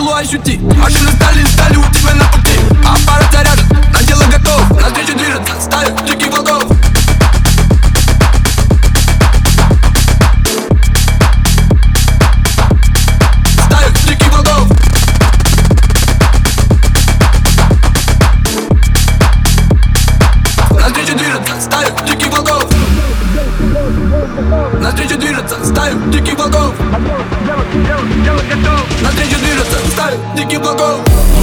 силу ощути. Машины стали у тебя на пути. Аппарат заряжен, на дело готов. Навстречу движется стая диких волков. Стая диких волков. Навстречу движется стая диких волков. Навстречу движется стая диких волков. Навстречу движется стая диких волков.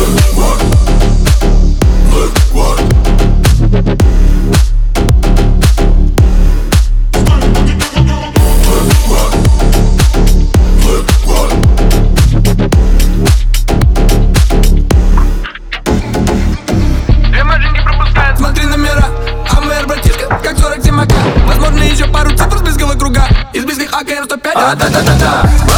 Смотри номера, АМР, братишка, как 47 АК. Возможно, еще пару цифр с близкого круга. Из близких АКМ 105. Да-да-да-да.